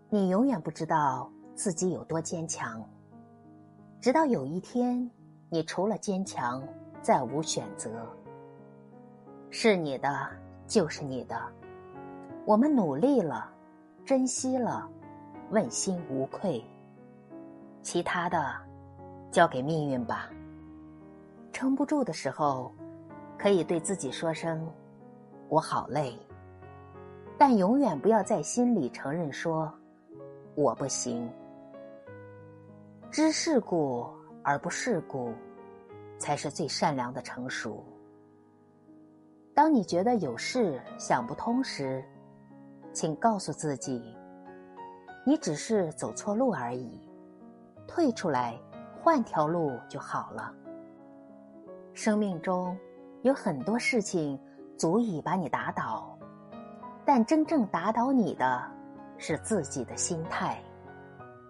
你永远不知道自己有多坚强，直到有一天，你除了坚强，再无选择。是你的，就是你的。我们努力了，珍惜了，问心无愧。其他的，交给命运吧。撑不住的时候，可以对自己说声“我好累”，但永远不要在心里承认说“我不行”。知世故而不世故，才是最善良的成熟。当你觉得有事想不通时，请告诉自己，你只是走错路而已，退出来，换条路就好了。生命中有很多事情足以把你打倒，但真正打倒你的是自己的心态。